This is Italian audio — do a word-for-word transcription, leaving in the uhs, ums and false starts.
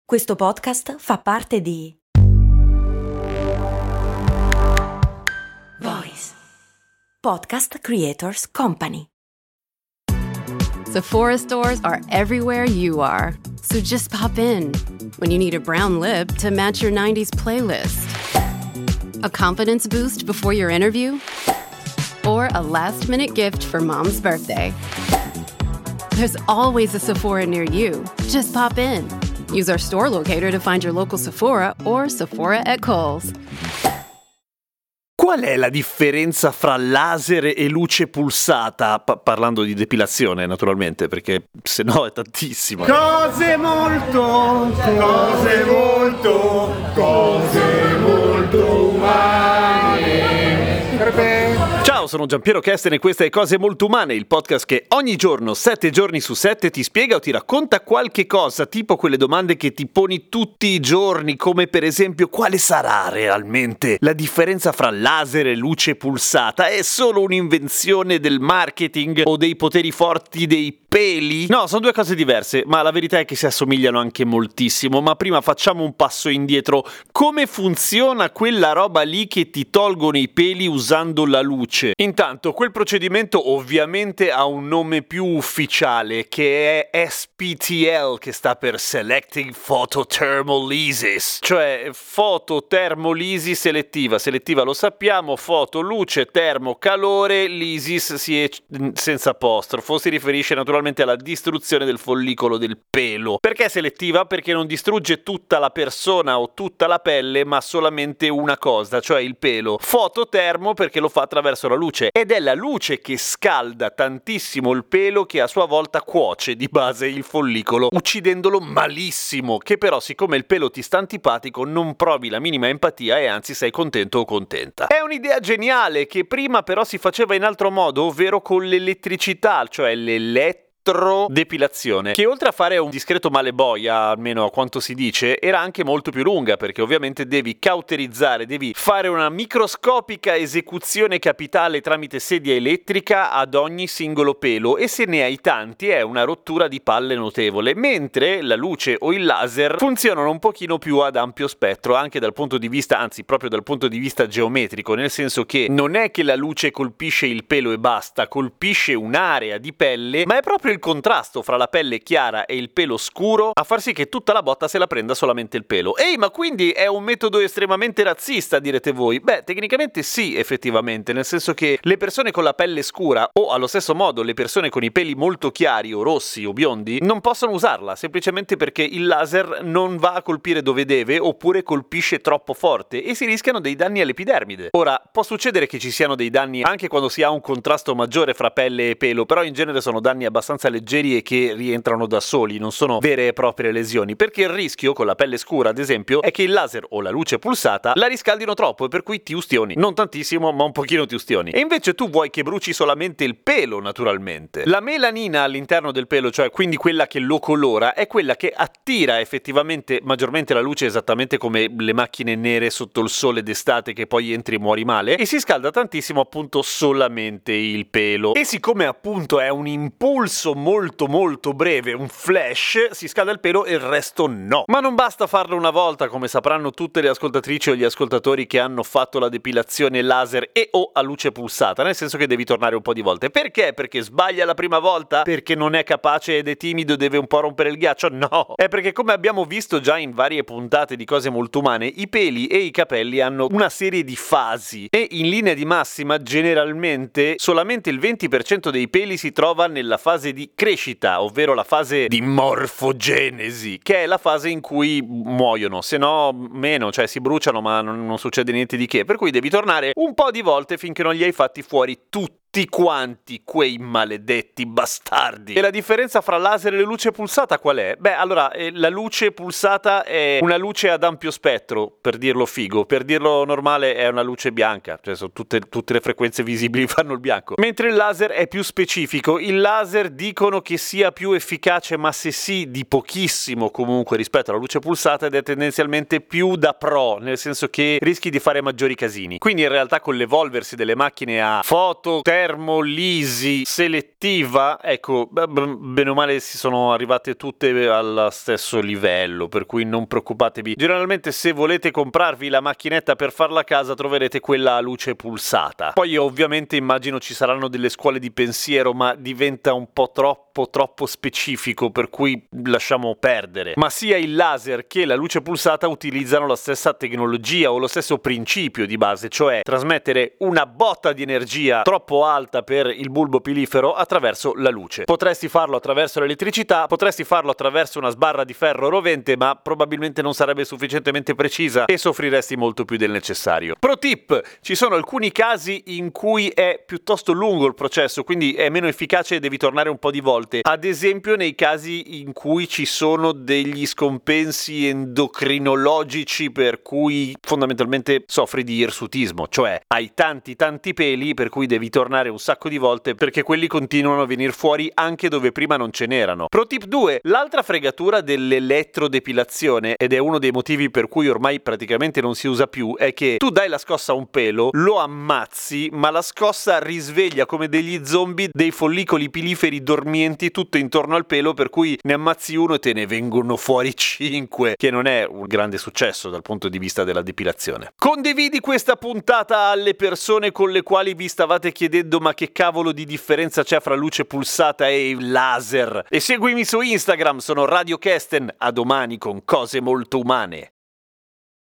Questo podcast fa parte di Voice Podcast Creators Company. Sephora stores are everywhere you are. So just pop in when you need a brown lip to match your nineties playlist, a confidence boost before your interview, or a last-minute gift for mom's birthday. There's always a Sephora near you. Just pop in. Use our store locator to find your local Sephora or Sephora at Kohl's. Qual è la differenza fra laser e luce pulsata? Pa- parlando di depilazione, naturalmente, perché se no è tantissimo. Cose molto, cose molto, cose molto umane. Ciao, sono Giampiero Kesten e questa è Cose Molto Umane, il podcast che ogni giorno, sette giorni su sette, ti spiega o ti racconta qualche cosa, tipo quelle domande che ti poni tutti i giorni, come per esempio quale sarà realmente la differenza fra laser e luce pulsata? È solo un'invenzione del marketing o dei poteri forti dei peli? No, sono due cose diverse, ma la verità è che si assomigliano anche moltissimo. Ma prima facciamo un passo indietro. Come funziona quella roba lì che ti tolgono i peli usando la luce? Intanto, quel procedimento ovviamente ha un nome più ufficiale, che è S P T L, che sta per Selective Photothermolysis, cioè fotothermolisi selettiva. Selettiva lo sappiamo, foto luce, termo calore, lysis si è senza apostrofo, si riferisce naturalmente alla distruzione del follicolo del pelo. Perché selettiva? Perché non distrugge tutta la persona o tutta la pelle, ma solamente una cosa, cioè il pelo. Fototermo perché lo fa attraverso la luce, ed è la luce che scalda tantissimo il pelo, che a sua volta cuoce di base il follicolo, uccidendolo malissimo, che però siccome il pelo ti sta antipatico non provi la minima empatia e anzi sei contento o contenta. È un'idea geniale che prima però si faceva in altro modo, ovvero con l'elettricità, cioè l'elettricità depilazione, che oltre a fare un discreto male boia, almeno a quanto si dice, era anche molto più lunga, perché ovviamente devi cauterizzare, devi fare una microscopica esecuzione capitale tramite sedia elettrica ad ogni singolo pelo, e se ne hai tanti è una rottura di palle notevole, mentre la luce o il laser funzionano un pochino più ad ampio spettro, anche dal punto di vista, anzi proprio dal punto di vista geometrico, nel senso che non è che la luce colpisce il pelo e basta, colpisce un'area di pelle, ma è proprio il contrasto fra la pelle chiara e il pelo scuro a far sì che tutta la botta se la prenda solamente il pelo. Ehi, ma quindi è un metodo estremamente razzista, direte voi? Beh, tecnicamente sì, effettivamente, nel senso che le persone con la pelle scura, o allo stesso modo le persone con i peli molto chiari o rossi o biondi, non possono usarla, semplicemente perché il laser non va a colpire dove deve, oppure colpisce troppo forte e si rischiano dei danni all'epidermide. Ora, può succedere che ci siano dei danni anche quando si ha un contrasto maggiore fra pelle e pelo, però in genere sono danni abbastanza leggeri e che rientrano da soli, non sono vere e proprie lesioni, perché il rischio con la pelle scura, ad esempio, è che il laser o la luce pulsata la riscaldino troppo e per cui ti ustioni. Non tantissimo, ma un pochino ti ustioni. E invece tu vuoi che bruci solamente il pelo, naturalmente. La melanina all'interno del pelo, cioè quindi quella che lo colora, è quella che attira effettivamente maggiormente la luce, esattamente come le macchine nere sotto il sole d'estate che poi entri e muori male, e si scalda tantissimo appunto solamente il pelo. E siccome appunto è un impulso molto molto breve, un flash, si scalda il pelo e il resto no. Ma non basta farlo una volta, come sapranno tutte le ascoltatrici o gli ascoltatori che hanno fatto la depilazione laser e o a luce pulsata, nel senso che devi tornare un po' di volte. Perché? Perché sbaglia la prima volta? Perché non è capace ed è timido e deve un po' rompere il ghiaccio? No! È perché, come abbiamo visto già in varie puntate di Cose Molto Umane, i peli e i capelli hanno una serie di fasi e in linea di massima generalmente solamente il venti per cento dei peli si trova nella fase di crescita, ovvero la fase di morfogenesi, che è la fase in cui muoiono, se no meno, cioè si bruciano ma non, non succede niente di che, per cui devi tornare un po' di volte finché non li hai fatti fuori tutti quanti quei maledetti bastardi. E la differenza fra laser e luce pulsata qual è? Beh, allora, eh, la luce pulsata è una luce ad ampio spettro, per dirlo figo. Per dirlo normale è una luce bianca, cioè sono tutte, tutte le frequenze visibili fanno il bianco. Mentre il laser è più specifico. Il laser dicono che sia più efficace, ma se sì, di pochissimo comunque rispetto alla luce pulsata, ed è tendenzialmente più da pro, nel senso che rischi di fare maggiori casini. Quindi in realtà con l'evolversi delle macchine a foto, termolisi selettiva, ecco, bene o male si sono arrivate tutte allo stesso livello, per cui non preoccupatevi. Generalmente se volete comprarvi la macchinetta per farla a casa troverete quella a luce pulsata. Poi ovviamente immagino ci saranno delle scuole di pensiero, ma diventa un po' troppo troppo specifico, per cui lasciamo perdere. Ma sia il laser che la luce pulsata utilizzano la stessa tecnologia o lo stesso principio di base, cioè trasmettere una botta di energia troppo alta per il bulbo pilifero attraverso la luce. Potresti farlo attraverso l'elettricità, potresti farlo attraverso una sbarra di ferro rovente, ma probabilmente non sarebbe sufficientemente precisa e soffriresti molto più del necessario. Pro tip: ci sono alcuni casi in cui è piuttosto lungo il processo, quindi è meno efficace e devi tornare un po' di volte. Ad esempio nei casi in cui ci sono degli scompensi endocrinologici per cui fondamentalmente soffri di irsutismo, cioè hai tanti tanti peli per cui devi tornare un sacco di volte perché quelli continuano a venire fuori anche dove prima non ce n'erano. Pro tip due: l'altra fregatura dell'elettrodepilazione, ed è uno dei motivi per cui ormai praticamente non si usa più, è che tu dai la scossa a un pelo, lo ammazzi, ma la scossa risveglia come degli zombie dei follicoli piliferi dormienti tutto intorno al pelo, per cui ne ammazzi uno e te ne vengono fuori cinque, che non è un grande successo dal punto di vista della depilazione. Condividi questa puntata alle persone con le quali vi stavate chiedendo ma che cavolo di differenza c'è fra luce pulsata e laser, e seguimi su Instagram, sono Radio Kesten. A domani con cose molto umane.